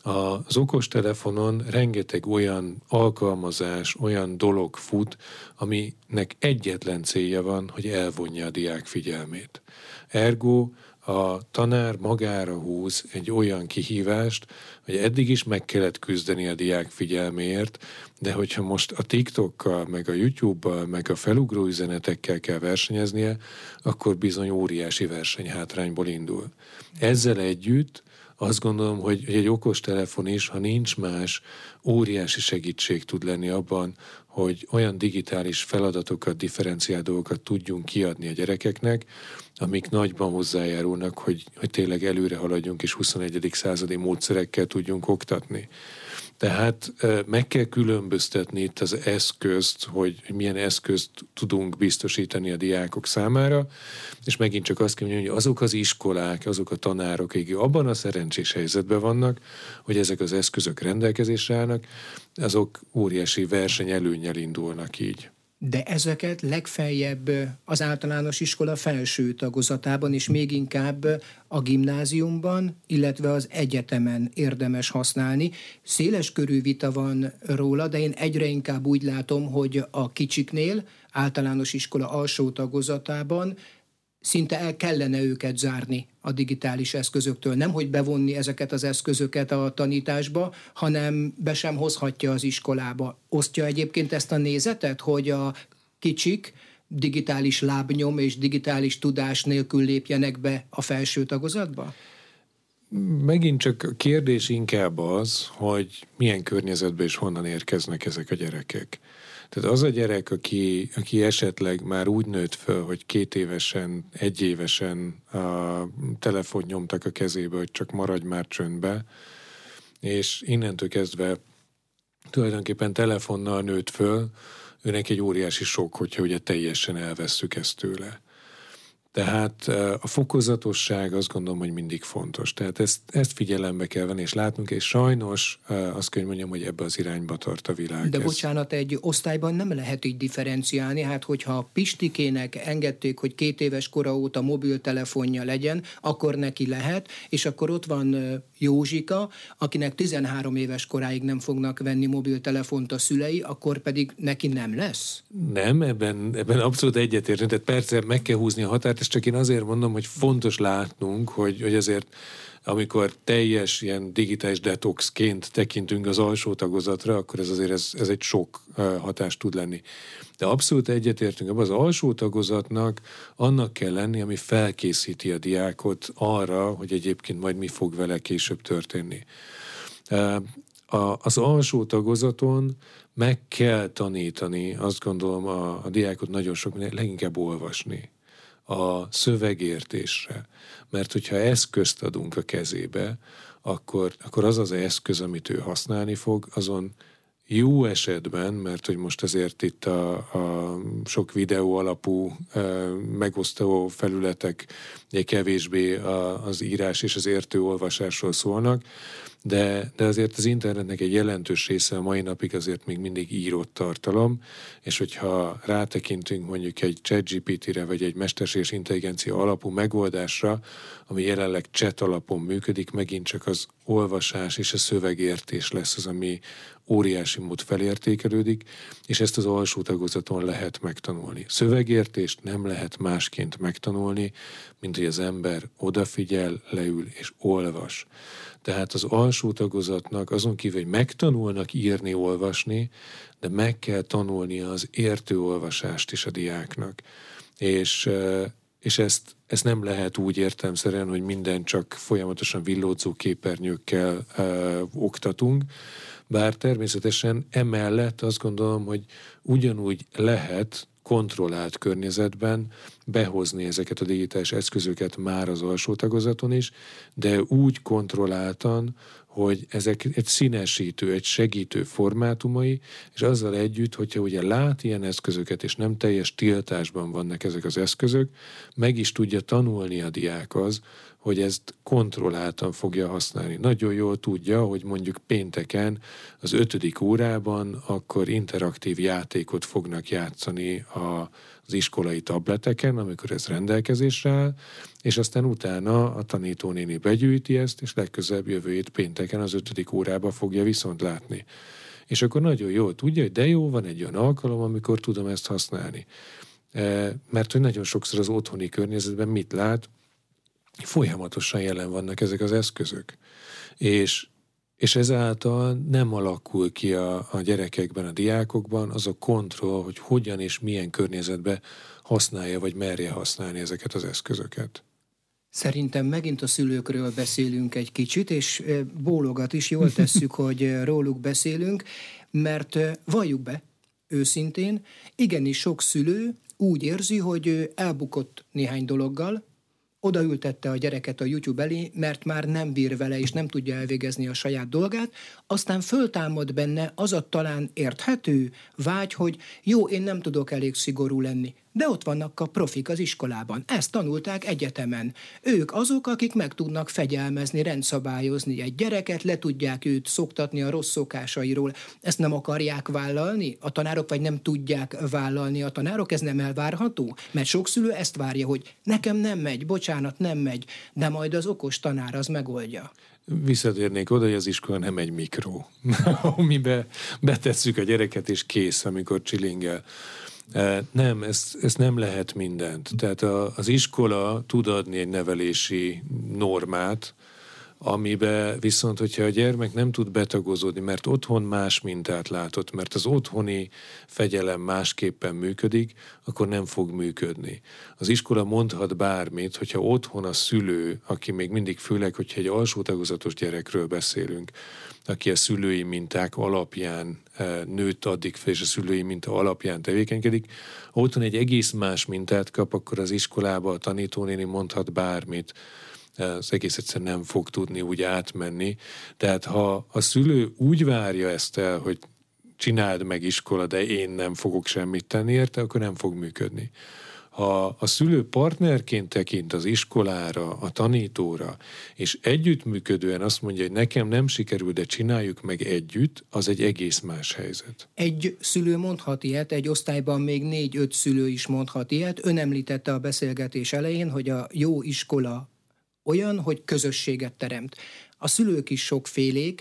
S2: Az okostelefonon rengeteg olyan alkalmazás, olyan dolog fut, aminek egyetlen célja van, hogy elvonja a diák figyelmét. Ergo a tanár magára húz egy olyan kihívást, hogy eddig is meg kellett küzdeni a diák figyelméért, de hogyha most a TikTokkal, meg a YouTube-bal, meg a felugró üzenetekkel kell versenyeznie, akkor bizony óriási versenyhátrányból indul. Ezzel együtt azt gondolom, hogy egy okostelefon is, ha nincs más, óriási segítség tud lenni abban, hogy olyan digitális feladatokat, differenciált dolgokat tudjunk kiadni a gyerekeknek, amik nagyban hozzájárulnak, hogy, hogy tényleg előre haladjunk és huszonegyedik századi módszerekkel tudjunk oktatni. Tehát meg kell különböztetni itt az eszközt, hogy milyen eszközt tudunk biztosítani a diákok számára, és megint csak azt kell mondani, hogy azok az iskolák, azok a tanárok, akik abban a szerencsés helyzetben vannak, hogy ezek az eszközök rendelkezésre állnak, azok óriási versenyelőnnyel indulnak így.
S1: De ezeket legfeljebb az általános iskola felső tagozatában, és még inkább a gimnáziumban, illetve az egyetemen érdemes használni. Széles körű vita van róla, de én egyre inkább úgy látom, hogy a kicsiknél, általános iskola alsó tagozatában szinte el kellene őket zárni a digitális eszközöktől. Nem, hogy bevonni ezeket az eszközöket a tanításba, hanem be sem hozhatja az iskolába. Osztja egyébként ezt a nézetet, hogy a kicsik digitális lábnyom és digitális tudás nélkül lépjenek be a felső tagozatba?
S2: Megint csak a kérdés inkább az, hogy milyen környezetben és honnan érkeznek ezek a gyerekek. Tehát az a gyerek, aki, aki esetleg már úgy nőtt föl, hogy két évesen, egy évesen a telefon nyomtak a kezébe, hogy csak maradj már csöndbe, és innentől kezdve tulajdonképpen telefonnal nőtt föl, őnek egy óriási sok, hogyha ugye teljesen elvesszük ezt tőle. Tehát a fokozatosság azt gondolom, hogy mindig fontos. Tehát ezt, ezt figyelembe kell venni, és látnunk, és sajnos azt kell, hogy mondjam, hogy ebbe az irányba tart a világ.
S1: De bocsánat, egy osztályban nem lehet így differenciálni, hát hogyha Pistikének engedték, hogy két éves kora óta mobiltelefonja legyen, akkor neki lehet, és akkor ott van Józsika, akinek tizenhárom éves koráig nem fognak venni mobiltelefont a szülei, akkor pedig neki nem lesz?
S2: Nem, ebben, ebben abszolút egyetértünk. Tehát persze meg kell húzni a határt, és csak én azért mondom, hogy fontos látnunk, hogy, hogy azért amikor teljes ilyen digitális detoxként tekintünk az alsó tagozatra, akkor ez azért ez, ez egy sok hatás tud lenni. De abszolút egyetértünk, abban az alsó tagozatnak annak kell lenni, ami felkészíti a diákot arra, hogy egyébként majd mi fog vele később történni. A, az alsó tagozaton meg kell tanítani, azt gondolom a, a diákot nagyon sok, leginkább olvasni, a szövegértésre. Mert hogyha eszközt adunk a kezébe, akkor, akkor az az eszköz, amit ő használni fog, azon jó esetben, mert hogy most azért itt a, a sok videó alapú e, megosztó felületek egy kevésbé a, az írás és az értő olvasásról szólnak, de, de azért az internetnek egy jelentős része a mai napig azért még mindig írott tartalom, és hogyha rátekintünk mondjuk egy ChatGPT-re, vagy egy mesterséges intelligencia alapú megoldásra, ami jelenleg chat alapon működik, megint csak az olvasás és a szövegértés lesz az, ami óriási mód felértékelődik, és ezt az alsó tagozaton lehet megtanulni. Szövegértést nem lehet másként megtanulni, mint hogy az ember odafigyel, leül és olvas. Tehát az alsó tagozatnak azon kívül, hogy megtanulnak írni, olvasni, de meg kell tanulnia az értő olvasást is a diáknak. És, és ezt, ezt nem lehet úgy értelemszerűen, hogy minden csak folyamatosan villódzó képernyőkkel ö, oktatunk, bár természetesen emellett azt gondolom, hogy ugyanúgy lehet kontrollált környezetben behozni ezeket a digitális eszközöket már az alsó tagozaton is, de úgy kontrolláltan, hogy ezek egy színesítő, egy segítő formátumai, és azzal együtt, hogyha ugye lát ilyen eszközöket, és nem teljes tiltásban vannak ezek az eszközök, meg is tudja tanulni a diák az, hogy ezt kontrolláltan fogja használni. Nagyon jól tudja, hogy mondjuk pénteken az ötödik órában akkor interaktív játékot fognak játszani a, az iskolai tableteken, amikor ez rendelkezésre áll, és aztán utána a tanítónéni begyűjti ezt, és legközelebb jövő hét pénteken az ötödik órában fogja viszont látni. És akkor nagyon jól tudja, hogy de jó, van egy olyan alkalom, amikor tudom ezt használni. Mert hogy nagyon sokszor az otthoni környezetben mit lát, folyamatosan jelen vannak ezek az eszközök. És, és ezáltal nem alakul ki a, a gyerekekben, a diákokban az a kontroll, hogy hogyan és milyen környezetben használja, vagy merje használni ezeket az eszközöket.
S1: Szerintem megint a szülőkről beszélünk egy kicsit, és bólogat is, jól tesszük, hogy róluk beszélünk, mert valljuk be, őszintén, igenis sok szülő úgy érzi, hogy elbukott néhány dologgal, odaültette a gyereket a YouTube elé, mert már nem bír vele, és nem tudja elvégezni a saját dolgát, aztán föltámad benne az a talán érthető vágy, hogy jó, én nem tudok elég szigorú lenni, de ott vannak a profik az iskolában. Ezt tanulták egyetemen. Ők azok, akik meg tudnak fegyelmezni, rendszabályozni egy gyereket, le tudják őt szoktatni a rossz szokásairól. Ezt nem akarják vállalni a tanárok, vagy nem tudják vállalni a tanárok? Ez nem elvárható? Mert sok szülő ezt várja, hogy nekem nem megy, bocsánat, nem megy, de majd az okos tanár az megoldja.
S2: Visszatérnék oda, hogy az iskola nem egy mikró, amiben betesszük a gyereket, és kész, amikor csilingel. Nem, ezt, ezt nem lehet mindent. Tehát a, az iskola tud adni egy nevelési normát, amiben viszont, hogyha a gyermek nem tud betagozódni, mert otthon más mintát látott, mert az otthoni fegyelem másképpen működik, akkor nem fog működni. Az iskola mondhat bármit, hogyha otthon a szülő, aki még mindig főleg, hogyha egy alsó tagozatos gyerekről beszélünk, aki a szülői minták alapján nőtt addig fel, és a szülői minta alapján tevékenykedik, ha otthon egy egész más mintát kap, akkor az iskolába a tanítónéni mondhat bármit, az egész egyszerűen nem fog tudni úgy átmenni. Tehát ha a szülő úgy várja ezt el, hogy csináld meg iskola, de én nem fogok semmit tenni érte, akkor nem fog működni. Ha a szülő partnerként tekint az iskolára, a tanítóra, és együttműködően azt mondja, hogy nekem nem sikerül, de csináljuk meg együtt, az egy egész más helyzet.
S1: Egy szülő mondhat ilyet, egy osztályban még négy-öt szülő is mondhat ilyet. Ön említette a beszélgetés elején, hogy a jó iskola olyan, hogy közösséget teremt. A szülők is sokfélék,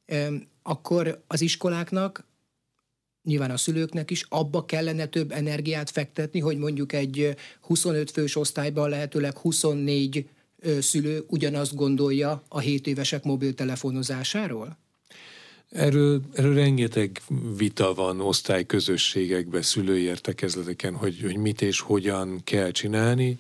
S1: akkor az iskoláknak, nyilván a szülőknek is abba kellene több energiát fektetni, hogy mondjuk egy huszonöt fős osztályban lehetőleg huszonnégy szülő ugyanazt gondolja a hét évesek mobiltelefonozásáról?
S2: Erről, erről rengeteg vita van osztályközösségekben, szülői értekezleteken, hogy, hogy mit és hogyan kell csinálni.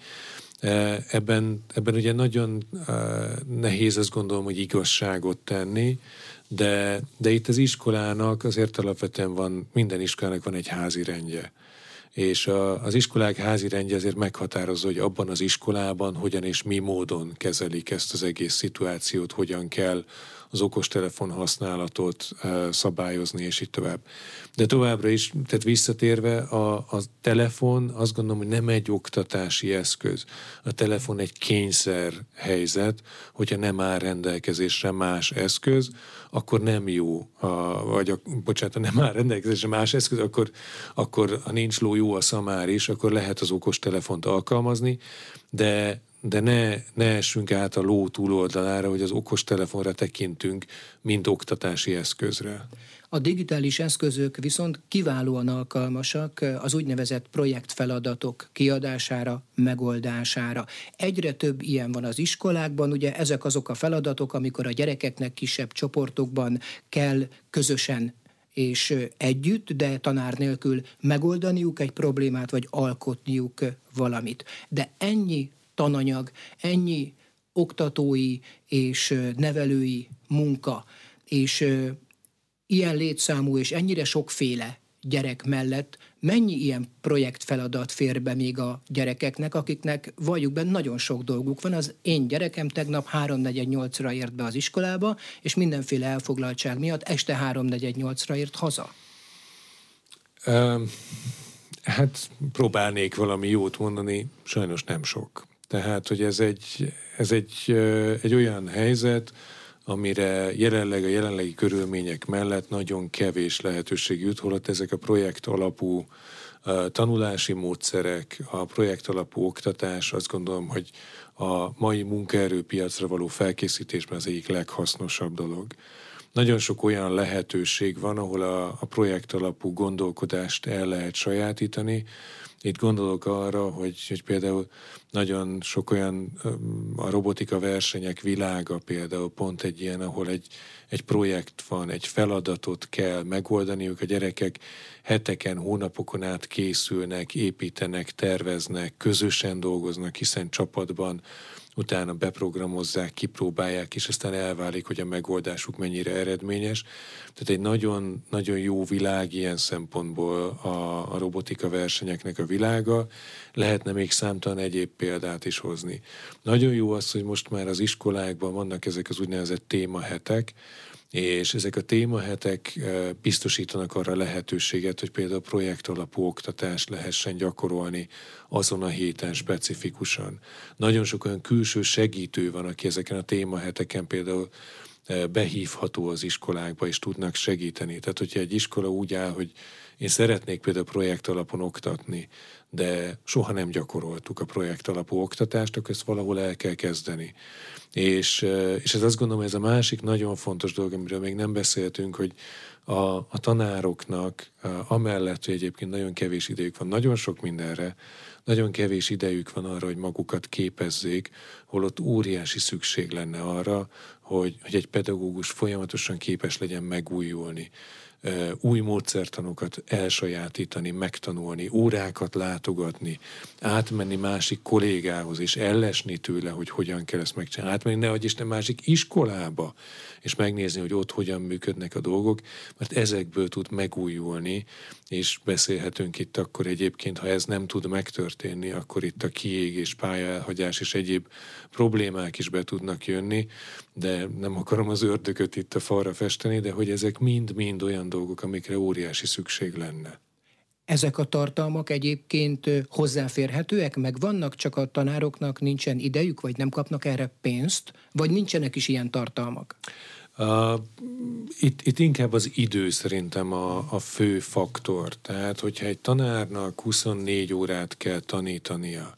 S2: Ebben, ebben ugye nagyon nehéz azt gondolom, hogy igazságot tenni, De, de itt az iskolának azért alapvetően van, minden iskolának van egy házi rendje. És a, az iskolák házi rendje azért meghatározza, hogy abban az iskolában hogyan és mi módon kezelik ezt az egész szituációt, hogyan kell az okostelefon használatot uh, szabályozni, és így tovább. De továbbra is, tehát visszatérve, a, a telefon azt gondolom, hogy nem egy oktatási eszköz. A telefon egy kényszer helyzet, hogyha nem áll rendelkezésre más eszköz, akkor nem jó, a, vagy a, bocsánat, nem áll rendelkezésre más eszköz, akkor, akkor ha nincs ló, jó a szamár is, akkor lehet az okostelefont alkalmazni, de de ne, ne essünk át a ló túloldalára, hogy az okostelefonra tekintünk, mint oktatási eszközre.
S1: A digitális eszközök viszont kiválóan alkalmasak az úgynevezett projektfeladatok kiadására, megoldására. Egyre több ilyen van az iskolákban, ugye ezek azok a feladatok, amikor a gyerekeknek kisebb csoportokban kell közösen és együtt, de tanár nélkül megoldaniuk egy problémát, vagy alkotniuk valamit. De ennyi tananyag, ennyi oktatói és nevelői munka, és ilyen létszámú és ennyire sokféle gyerek mellett mennyi ilyen projektfeladat fér be még a gyerekeknek, akiknek valljuk be nagyon sok dolguk van. Az én gyerekem tegnap háromnegyed nyolcra ért be az iskolába, és mindenféle elfoglaltság miatt este háromnegyed nyolcra ért haza.
S2: Um, hát próbálnék valami jót mondani, sajnos nem sok. Tehát, hogy ez egy, ez egy, egy olyan helyzet, amire jelenleg a jelenlegi körülmények mellett nagyon kevés lehetőség jut, holott ezek a projekt alapú a tanulási módszerek, a projekt alapú oktatás, azt gondolom, hogy a mai munkaerőpiacra való felkészítésben az egyik leghasznosabb dolog. Nagyon sok olyan lehetőség van, ahol a, a projekt alapú gondolkodást el lehet sajátítani. Itt gondolok arra, hogy, hogy például nagyon sok olyan, a robotika versenyek világa például pont egy ilyen, ahol egy, egy projekt van, egy feladatot kell megoldaniuk, a gyerekek heteken, hónapokon át készülnek, építenek, terveznek, közösen dolgoznak, hiszen csapatban, utána beprogramozzák, kipróbálják, és aztán elválik, hogy a megoldásuk mennyire eredményes. Tehát egy nagyon, nagyon jó világ ilyen szempontból a, a robotika versenyeknek a világa. Lehetne még számtalan egyéb példát is hozni. Nagyon jó az, hogy most már az iskolákban vannak ezek az úgynevezett témahetek, és ezek a témahetek biztosítanak arra lehetőséget, hogy például projekt alapú oktatást lehessen gyakorolni azon a héten specifikusan. Nagyon sok olyan külső segítő van, aki ezeken a témaheteken például behívható az iskolákba, és tudnak segíteni. Tehát, hogyha egy iskola úgy áll, hogy én szeretnék például projekt alapon oktatni, de soha nem gyakoroltuk a projekt alapú oktatást, akkor ezt valahol el kell kezdeni. És, és ez azt gondolom, ez a másik nagyon fontos dolog, amiről még nem beszéltünk, hogy a, a tanároknak amellett, hogy egyébként nagyon kevés idejük van, nagyon sok mindenre, nagyon kevés idejük van arra, hogy magukat képezzék, holott óriási szükség lenne arra, hogy, hogy egy pedagógus folyamatosan képes legyen megújulni, új módszertanokat elsajátítani, megtanulni, órákat látogatni, átmenni másik kollégához, és ellesni tőle, hogy hogyan kell ezt megcsinálni, átmenni nehogy Isten másik iskolába, és megnézni, hogy ott hogyan működnek a dolgok, mert ezekből tud megújulni, és beszélhetünk itt akkor egyébként, ha ez nem tud megtörténni, akkor itt a kiégés, pályaelhagyás és egyéb problémák is be tudnak jönni, de nem akarom az ördögöt itt a falra festeni, de hogy ezek mind-mind olyan dolgok, amikre óriási szükség lenne.
S1: Ezek a tartalmak egyébként hozzáférhetőek, meg vannak, csak a tanároknak nincsen idejük, vagy nem kapnak erre pénzt, vagy nincsenek is ilyen tartalmak?
S2: Uh, itt, itt inkább az idő szerintem a, a fő faktor. Tehát, hogyha egy tanárnak huszonnégy órát kell tanítania,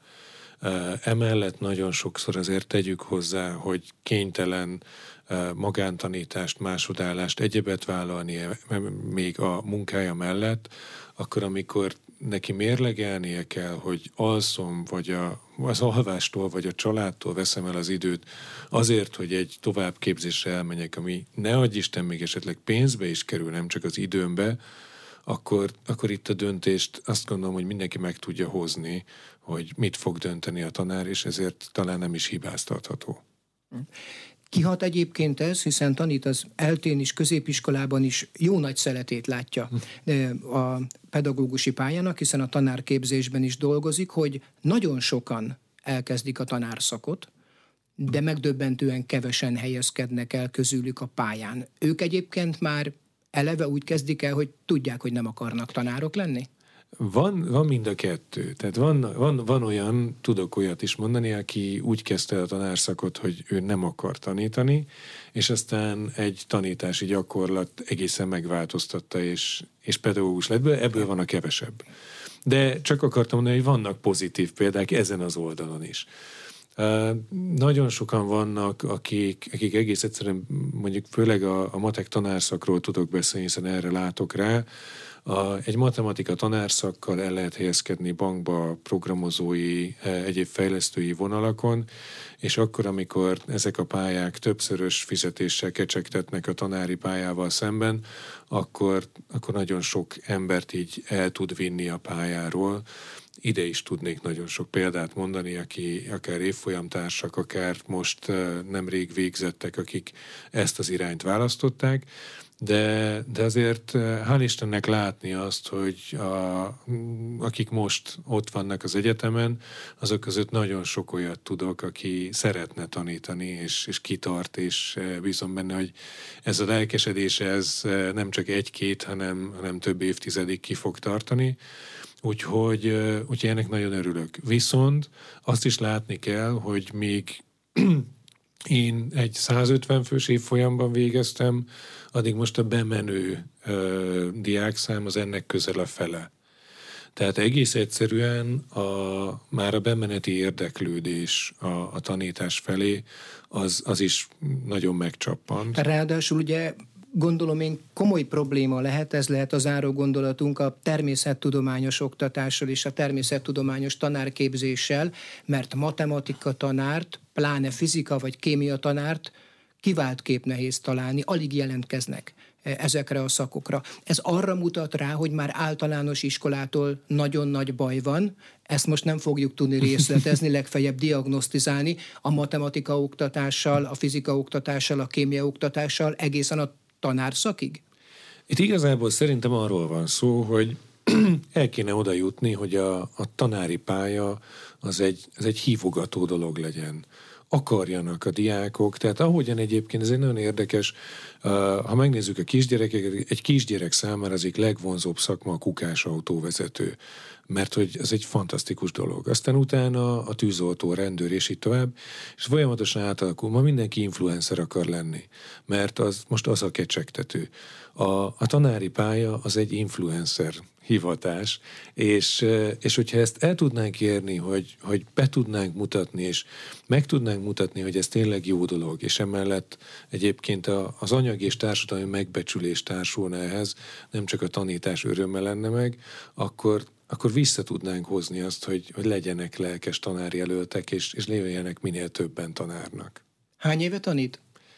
S2: uh, emellett nagyon sokszor azért tegyük hozzá, hogy kénytelen uh, magántanítást, másodállást, egyebet vállalni még a munkája mellett, akkor amikor neki mérlegelnie kell, hogy alszom, vagy a, az alvástól, vagy a családtól veszem el az időt azért, hogy egy továbbképzésre elmenjek, ami ne adj Isten még esetleg pénzbe is kerül, nem csak az időmbe, akkor, akkor itt a döntést azt gondolom, hogy mindenki meg tudja hozni, hogy mit fog dönteni a tanár, és ezért talán nem is hibáztatható.
S1: Kihat egyébként ez, hiszen tanít az eltén is, középiskolában is jó nagy szeletét látja a pedagógusi pályának, hiszen a tanárképzésben is dolgozik, hogy nagyon sokan elkezdik a tanárszakot, de megdöbbentően kevesen helyezkednek el közülük a pályán. Ők egyébként már eleve úgy kezdik el, hogy tudják, hogy nem akarnak tanárok lenni?
S2: Van, van mind a kettő. Tehát van, van, van olyan, tudok olyat is mondani, aki úgy kezdte a tanárszakot, hogy ő nem akar tanítani, és aztán egy tanítási gyakorlat egészen megváltoztatta, és, és pedagógus lett belőle, ebből van a kevesebb. De csak akartam mondani, hogy vannak pozitív példák ezen az oldalon is. Uh, nagyon sokan vannak, akik, akik egész egyszerűen, mondjuk főleg a, a matek tanárszakról tudok beszélni, hiszen erre látok rá. A, egy matematika tanárszakkal el lehet helyezkedni bankba, programozói, egyéb fejlesztői vonalakon, és akkor, amikor ezek a pályák többszörös fizetéssel kecsegtetnek a tanári pályával szemben, akkor, akkor nagyon sok embert így el tud vinni a pályáról. Ide is tudnék nagyon sok példát mondani, aki akár évfolyamtársak, akár most nemrég végzettek, akik ezt az irányt választották, de, de azért hál' Istennek látni azt, hogy a, akik most ott vannak az egyetemen, azok között nagyon sok olyat tudok, aki szeretne tanítani, és, és kitart, és bízom benne, hogy ez a lelkesedés ez nem csak egy-két, hanem, hanem több évtizedig ki fog tartani. Úgyhogy, úgyhogy ennek nagyon örülök. Viszont azt is látni kell, hogy még én egy százötven fős évfolyamban végeztem, addig most a bemenő ö, diákszám az ennek közel a fele. Tehát egész egyszerűen a, már a bemeneti érdeklődés a, a tanítás felé az, az is nagyon megcsappant.
S1: Ráadásul ugye gondolom én komoly probléma lehet, ez lehet az záró gondolatunk a természettudományos oktatással és a természettudományos tanárképzéssel, mert matematika tanárt, pláne fizika vagy kémia tanárt kivált kép nehéz találni, alig jelentkeznek ezekre a szakokra. Ez arra mutat rá, hogy már általános iskolától nagyon nagy baj van, ezt most nem fogjuk tudni részletezni, legfeljebb diagnosztizálni a matematika oktatással, a fizika oktatással, a kémia oktatással egészen a tanárszakig?
S2: Itt igazából szerintem arról van szó, hogy el kéne oda jutni, hogy a, a tanári pálya az egy, az egy hívogató dolog legyen. Akarjanak a diákok, tehát ahogyan egyébként ez egy nagyon érdekes, ha megnézzük a kisgyerekeket, egy kisgyerek számára az egyik legvonzóbb szakma a kukás autóvezető, mert hogy ez egy fantasztikus dolog. Aztán utána a tűzoltó, rendőr és így tovább, és folyamatosan átalakul. Ma mindenki influencer akar lenni, mert az most az a kecsegtető. A, a tanári pálya az egy influencer hivatás, és, és hogyha ezt el tudnánk érni, hogy, hogy be tudnánk mutatni, és meg tudnánk mutatni, hogy ez tényleg jó dolog, és emellett egyébként a, az anyagi és társadalmi megbecsülés társulna ehhez, nem csak a tanítás öröme lenne meg, akkor, akkor vissza tudnánk hozni azt, hogy, hogy legyenek lelkes tanárjelöltek, és, és lévjenek minél többen tanárnak.
S1: Hány éve tanít?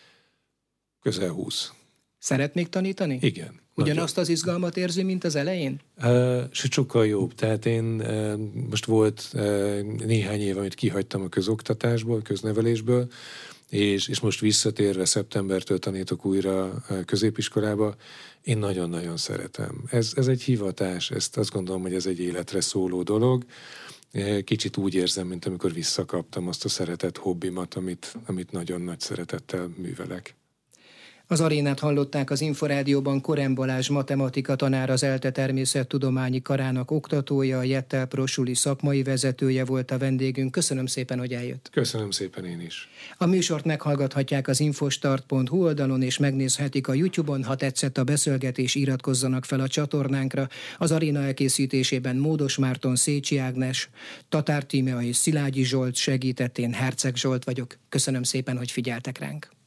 S2: Közel húsz.
S1: Szeret még tanítani?
S2: Igen.
S1: Ugyanazt az izgalmat érzi, mint az elején?
S2: Uh, sőt, sokkal jobb. Tehát én uh, most volt uh, néhány év, amit kihagytam a közoktatásból, köznevelésből, és, és most visszatérve szeptembertől tanítok újra uh, középiskolába, én nagyon-nagyon szeretem. Ez, ez egy hivatás, ezt azt gondolom, hogy ez egy életre szóló dolog. Kicsit úgy érzem, mint amikor visszakaptam azt a szeretett hobbimat, amit, amit nagyon nagy szeretettel művelek.
S1: Az arénát hallották, az Inforádióban Korem Balázs matematika tanár, az ELTE természettudományi karának oktatója, a Jettel Prosuli szakmai vezetője volt a vendégünk. Köszönöm szépen, hogy eljött.
S2: Köszönöm szépen én is.
S1: A műsort meghallgathatják az infostart pont hu oldalon, és megnézhetik a YouTube-on. Ha tetszett a beszélgetés, iratkozzanak fel a csatornánkra. Az aréna elkészítésében Módos Márton, Szécsi Ágnes, Tatár Tímea és Szilágyi Zsolt segített, én Herceg Zsolt vagyok. Köszönöm szépen, hogy figyeltek ránk.